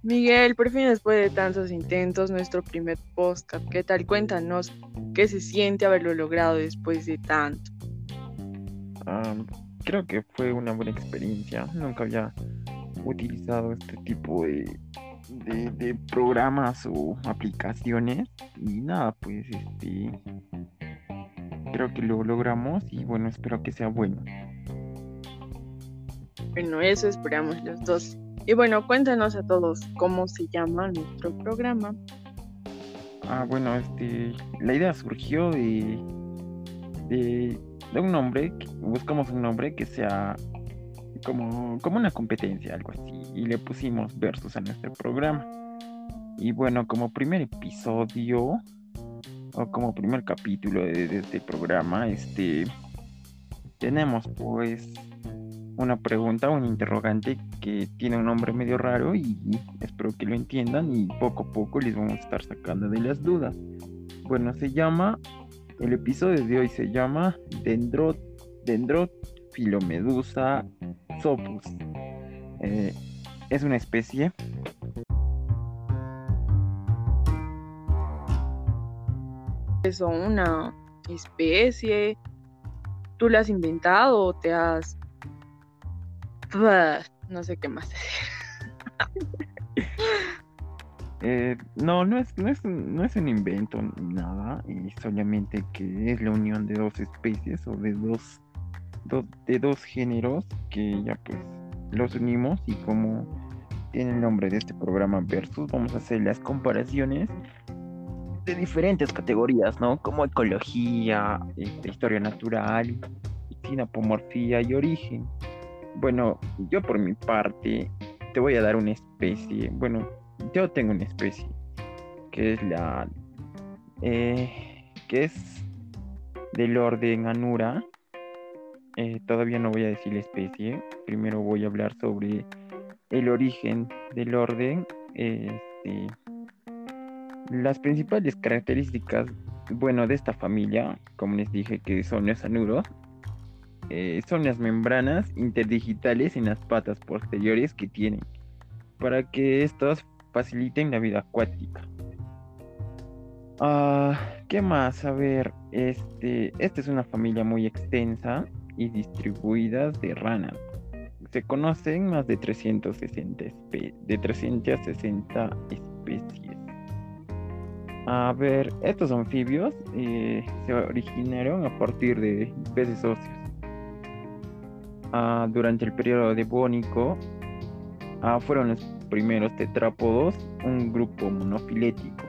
Miguel, por fin después de tantos intentos, nuestro primer podcast. ¿Qué tal? Cuéntanos qué se siente haberlo logrado después de tanto. Ah, Creo que fue una buena experiencia. Nunca había utilizado este tipo de programas o aplicaciones. Y nada, pues creo que lo logramos y bueno, espero que sea bueno. Bueno, eso esperamos los dos. Y bueno, cuéntanos a todos cómo se llama nuestro programa. Bueno, la idea surgió de un nombre, buscamos un nombre que sea como una competencia, algo así, y le pusimos versus a nuestro programa. Y bueno, como primer episodio o como primer capítulo de este programa, tenemos pues una pregunta, un interrogante que tiene un nombre medio raro y espero que lo entiendan y poco a poco les vamos a estar sacando de las dudas. Bueno, el episodio de hoy se llama Dendrot Filomedusa Sopus. Eh, es una especie. ¿Es una especie? ¿Tú la has inventado o te has... No sé qué más decir. No es un invento ni nada, y solamente que es la unión de dos especies o de dos géneros que ya pues los unimos y como tiene el nombre de este programa Versus, vamos a hacer las comparaciones de diferentes categorías, ¿no? Como ecología, historia natural, sinapomorfía y origen. Bueno, yo por mi parte te voy a dar una especie. Bueno, yo tengo una especie que es que es del orden Anura. Todavía no voy a decir la especie. Primero voy a hablar sobre el origen del orden. Las principales características, bueno, de esta familia, como les dije, que son los anuros, son las membranas interdigitales en las patas posteriores que tienen, para que estas faciliten la vida acuática. Ah, ¿Qué más? A ver, esta es una familia muy extensa y distribuida de ranas. Se conocen más de 360 especies. A ver, estos anfibios se originaron a partir de peces óseos. Durante el periodo devónico, fueron los primeros tetrápodos, un grupo monofilético.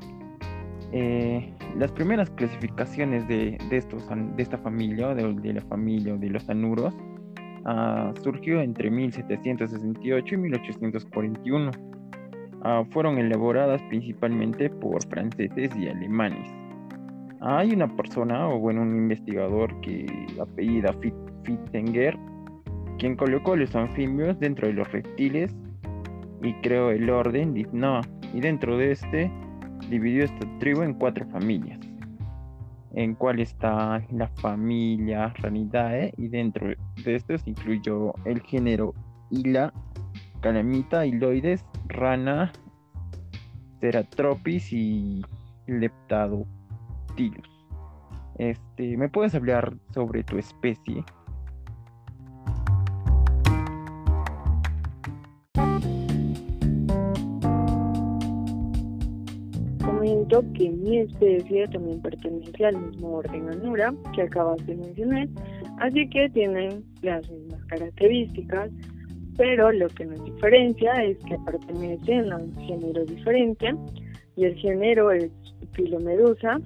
Las primeras clasificaciones de esta familia, de la familia de los anuros, surgió entre 1768 y 1841. Fueron elaboradas principalmente por franceses y alemanes. Hay una persona, o bueno, un investigador que apellida Fittinger, quien colocó los anfibios dentro de los reptiles y creó el orden Dipnoa, y dentro de dividió esta tribu en 4 familias, en cual está la familia Ranidae, y dentro de estos incluyó el género Hyla, Calamita, Hyloides, Rana, Ceratropis y Leptodactylus. ¿Me puedes hablar sobre tu especie? Comento que mi especie también pertenece al mismo orden Anura que acabas de mencionar, así que tienen las mismas características, pero lo que nos diferencia es que pertenecen a un género diferente y el género es Filomedusa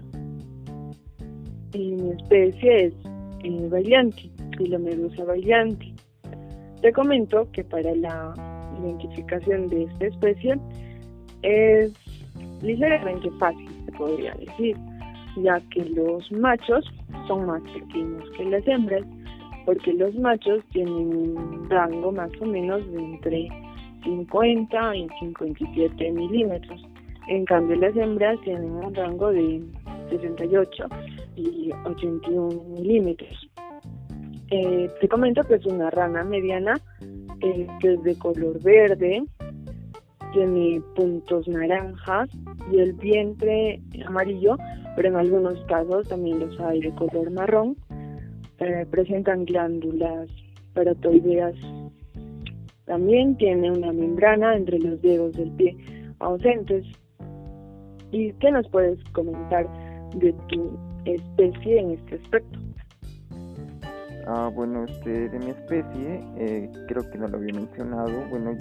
y mi especie es bailante, Filomedusa bailante. Te comento que para la identificación de esta especie es ligeramente fácil, se podría decir, ya que los machos son más pequeños que las hembras, porque los machos tienen un rango más o menos de entre 50 y 57 milímetros. En cambio, las hembras tienen un rango de 68 y 81 milímetros. Te comento que es una rana mediana que es de color verde tiene puntos naranjas y el vientre amarillo, pero en algunos casos también los hay de color marrón. Presentan glándulas paratoideas. También tiene una membrana entre los dedos del pie ausentes. ¿Y qué nos puedes comentar de tu especie en este aspecto? Bueno, de mi especie, creo que no lo había mencionado. Bueno,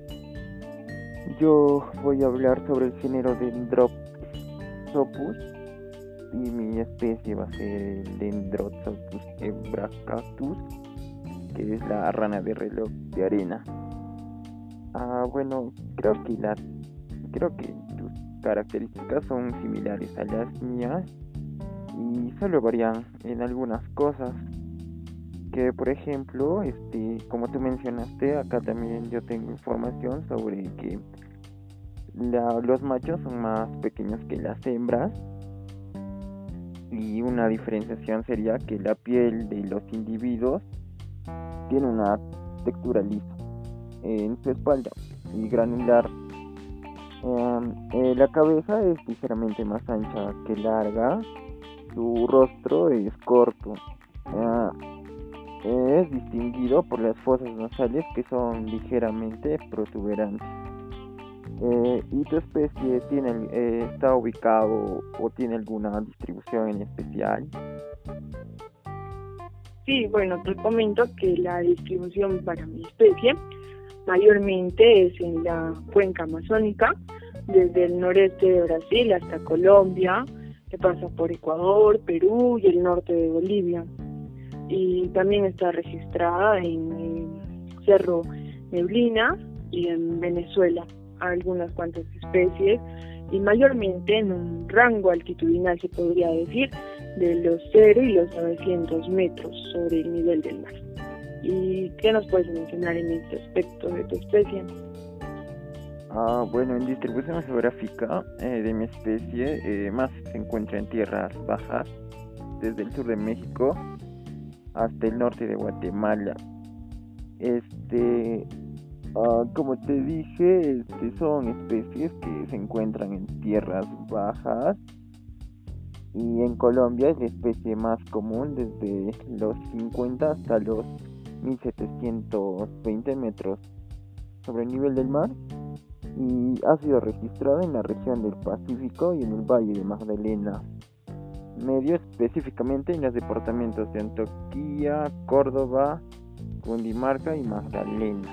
yo voy a hablar sobre el género Dendroxopus y mi especie va a ser el Dendroxopus ebracactus, que es la rana de reloj de arena. Bueno, creo que tus características son similares a las mías y solo varían en algunas cosas. Que por ejemplo, como tú mencionaste, acá también yo tengo información sobre que los machos son más pequeños que las hembras, y una diferenciación sería que la piel de los individuos tiene una textura lisa en su espalda y granular. La cabeza es ligeramente más ancha que larga, su rostro es corto. Es distinguido por las fosas nasales que son ligeramente protuberantes. ¿Y tu especie está ubicado o tiene alguna distribución en especial? Sí, bueno, te comento que la distribución para mi especie mayormente es en la cuenca amazónica, desde el noreste de Brasil hasta Colombia, que pasa por Ecuador, Perú y el norte de Bolivia. Y también está registrada en el Cerro Neblina y en Venezuela, algunas cuantas especies, y mayormente en un rango altitudinal, se podría decir, de los 0 y los 900 metros sobre el nivel del mar. ¿Y qué nos puedes mencionar en este aspecto de tu especie? Bueno, en distribución geográfica de mi especie, más se encuentra en tierras bajas, desde el sur de México hasta el norte de Guatemala. Como te dije, son especies que se encuentran en tierras bajas, y en Colombia es la especie más común desde los 50 hasta los 1720 metros sobre el nivel del mar, y ha sido registrada en la región del Pacífico y en el Valle de Magdalena Medio, específicamente en los departamentos de Antioquia, Córdoba, Cundinamarca y Magdalena.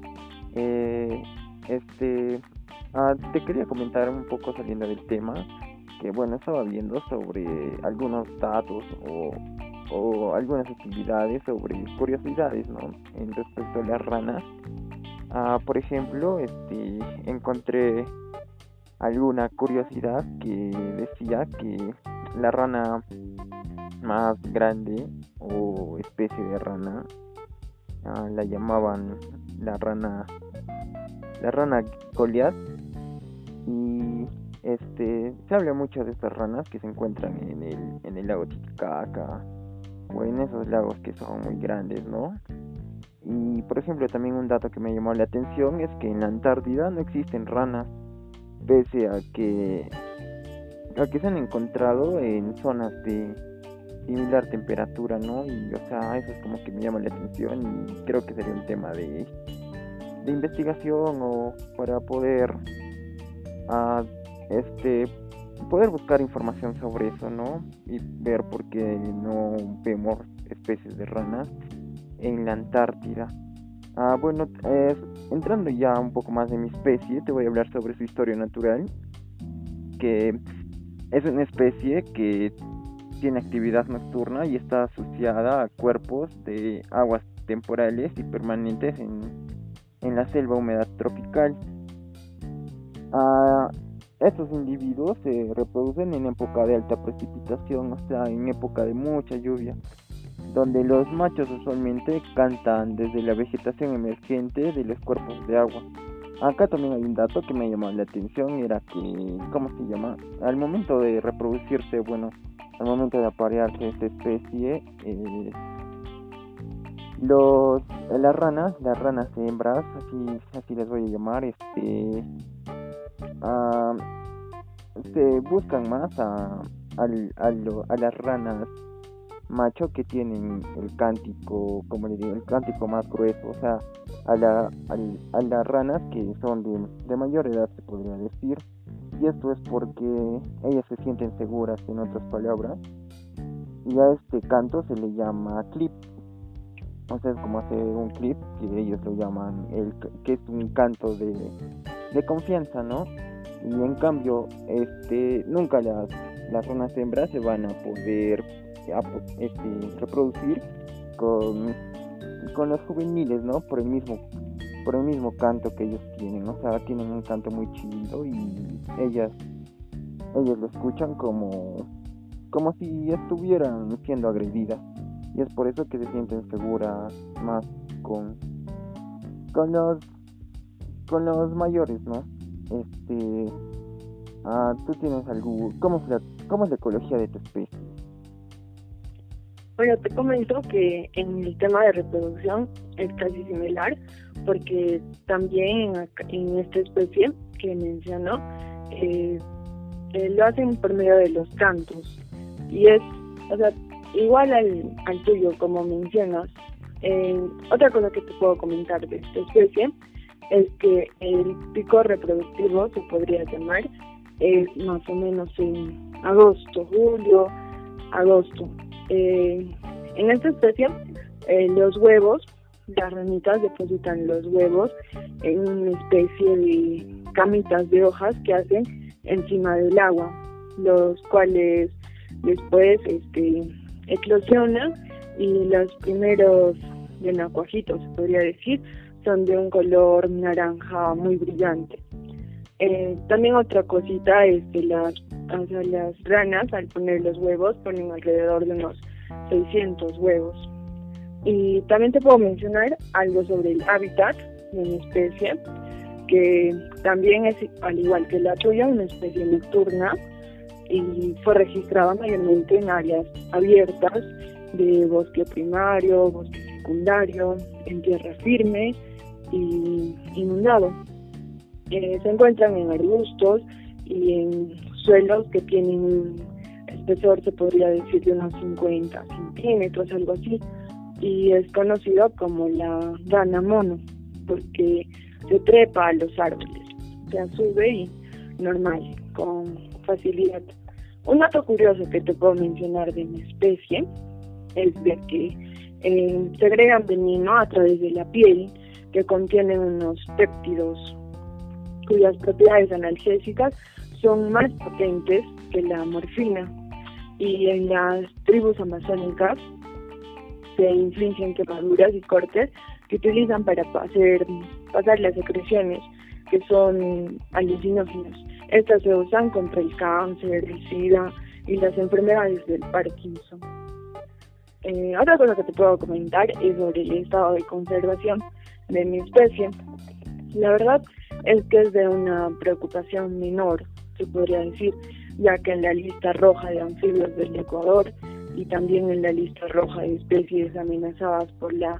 Te quería comentar un poco, saliendo del tema, que bueno, estaba viendo sobre algunos datos o algunas actividades sobre curiosidades, ¿no?, en respecto a las ranas. Por ejemplo, encontré alguna curiosidad que decía que la rana más grande o especie de rana la llamaban la rana Goliath, y se habla mucho de estas ranas que se encuentran en el lago Titicaca o en esos lagos que son muy grandes, ¿no? Y por ejemplo, también un dato que me llamó la atención es que en la Antártida no existen ranas, pese a que se han encontrado en zonas de similar temperatura, ¿no? Y o sea, eso es como que me llama la atención, y creo que sería un tema de investigación, o para poder poder buscar información sobre eso, ¿no? Y ver por qué no vemos especies de ranas en la Antártida. Bueno, entrando ya un poco más en mi especie, te voy a hablar sobre su historia natural, que es una especie que tiene actividad nocturna y está asociada a cuerpos de aguas temporales y permanentes en la selva húmeda tropical. Estos individuos se reproducen en época de alta precipitación, o sea, en época de mucha lluvia, donde los machos usualmente cantan desde la vegetación emergente de los cuerpos de agua. Acá también hay un dato que me llamó la atención, era que, ¿cómo se llama? Al momento de reproducirse, bueno, al momento de aparearse esta especie, Los, las ranas hembras, así les voy a llamar, ah, se buscan más a las ranas macho que tienen el cántico, como le digo, el cántico más grueso, o sea, a las ranas que son de mayor edad, se podría decir, y esto es porque ellas se sienten seguras, en otras palabras, y a este canto se le llama clip. O sea, es como hacer un clip, que ellos lo llaman, que es un canto de confianza, ¿no? Y en cambio, nunca las ranas hembras se van a poder reproducir con, con los juveniles, ¿no? Por el mismo canto que ellos tienen, o sea, tienen un canto muy chido y ellas lo escuchan como si estuvieran siendo agredidas. Y es por eso que se sienten seguras más con, con los, con los mayores, ¿no? Este, Tú tienes algo, ¿cómo es la ecología de tu especie? Bueno, te comento que en el tema de reproducción es casi similar, porque también en esta especie que mencionó, eh, lo hacen por medio de los cantos. Y es, o sea, igual al tuyo, como mencionas. Otra cosa que te puedo comentar de esta especie es que el pico reproductivo, se podría llamar, es más o menos en agosto, julio, agosto. En esta especie, los huevos, las ranitas depositan los huevos en una especie de camitas de hojas que hacen encima del agua, los cuales después eclosionan, y los primeros renacuajitos, se podría decir, son de un color naranja muy brillante. También otra cosita es que las ranas, al poner los huevos, ponen alrededor de unos 600 huevos. Y también te puedo mencionar algo sobre el hábitat de mi especie, que también es, al igual que la tuya, una especie nocturna, y fue registrada mayormente en áreas abiertas de bosque primario, bosque secundario, en tierra firme y inundado. Se encuentran en arbustos y en suelos que tienen un espesor, se podría decir, de unos 50 centímetros, algo así, y es conocido como la rana mono, porque se trepa a los árboles, o sea, sube y normal, con facilidad. Un dato curioso que te puedo mencionar de mi especie es de que segregan veneno a través de la piel, que contienen unos péptidos cuyas propiedades analgésicas son más potentes que la morfina, y en las tribus amazónicas se infligen quemaduras y cortes que utilizan para pasar las secreciones, que son alucinógenas. Estas se usan contra el cáncer, el SIDA y las enfermedades del Parkinson. Otra cosa que te puedo comentar es sobre el estado de conservación de mi especie. La verdad es que es de una preocupación menor, se podría decir, ya que en la lista roja de anfibios del Ecuador y también en la lista roja de especies amenazadas por la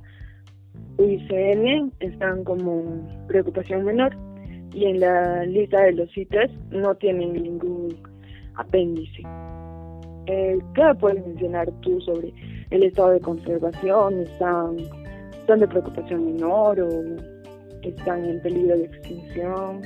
UICN están como preocupación menor, y en la lista de los CITES no tienen ningún apéndice. ¿Qué me puedes mencionar tú sobre el estado de conservación? ¿Están de preocupación menor o están en peligro de extinción?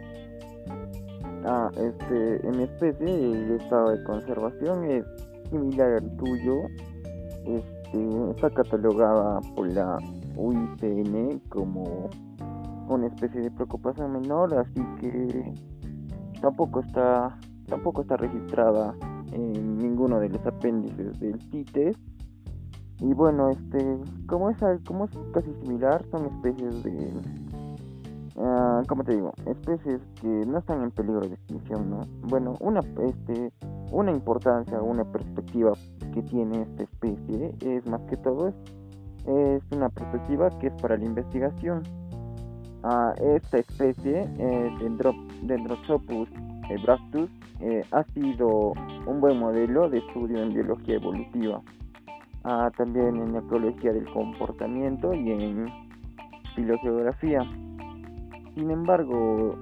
En mi especie el estado de conservación es similar al tuyo. Está catalogada por la UICN como una especie de preocupación menor, así que tampoco está registrada en ninguno de los apéndices del CITES. Y bueno, como es casi similar, son especies de, ¿cómo te digo? Especies que no están en peligro de extinción, ¿no? Bueno, una importancia, una perspectiva que tiene esta especie es más que todo es una perspectiva que es para la investigación. Esta especie, Dendrochopus bractus, ha sido un buen modelo de estudio en biología evolutiva. también en ecología del comportamiento y en filogeografía. Sin embargo,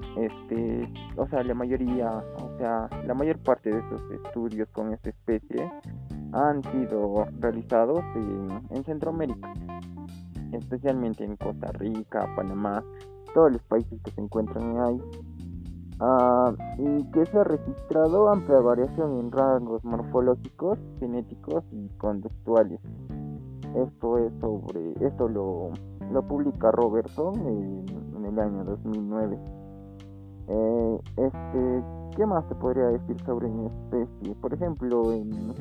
la mayor parte de estos estudios con esta especie han sido realizados en Centroamérica, especialmente en Costa Rica, Panamá, todos los países que se encuentran ahí, y que se ha registrado amplia variación en rasgos morfológicos, genéticos y conductuales. Esto lo publica Robertson en el año 2009. ¿Qué más te podría decir sobre una especie? Por ejemplo,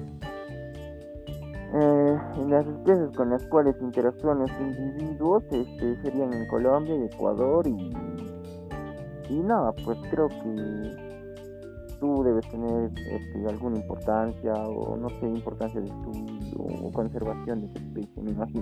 en las especies con las cuales interactúan los individuos serían en Colombia y Ecuador y nada, pues creo que tú debes tener alguna importancia o no sé, importancia de estudio o conservación de esta especie, me imagino.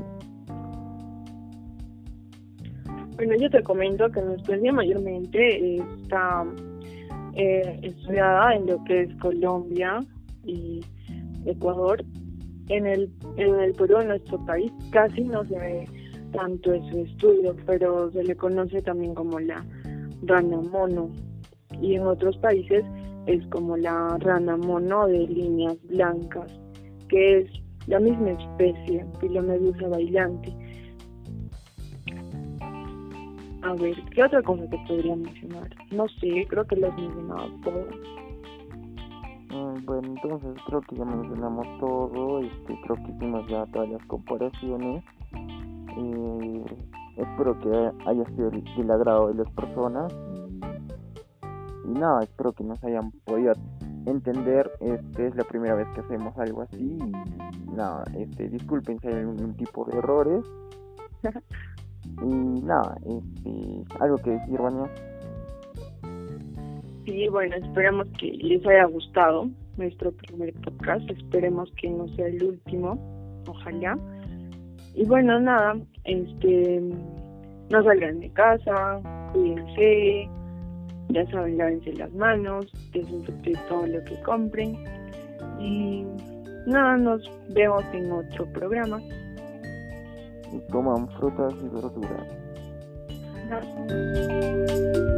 Bueno, yo te comento que nuestra especie mayormente está estudiada en lo que es Colombia y Ecuador. En el Perú, en nuestro país, casi no se ve tanto ese estudio, pero se le conoce también como la rana mono. Y en otros países es como la rana mono de líneas blancas, que es la misma especie, Filomedusa bailante. A ver, ¿qué otra cosa te podría mencionar? No sé, creo que lo has mencionado todo. Bueno, entonces creo que ya mencionamos todo, creo que hicimos ya todas las comparaciones. Espero que haya sido del agrado de las personas y nada, espero que nos hayan podido entender. Es la primera vez que hacemos algo así y nada, disculpen si hay algún tipo de errores. Y nada, algo que decir, Vania. Sí, bueno, esperamos que les haya gustado nuestro primer podcast. Esperemos que no sea el último, ojalá. Y bueno, nada, no salgan de casa, cuídense, ya saben, lávense las manos, desinfecten todo lo que compren. Y nada, nos vemos en otro programa. Y coman frutas y verduras. No.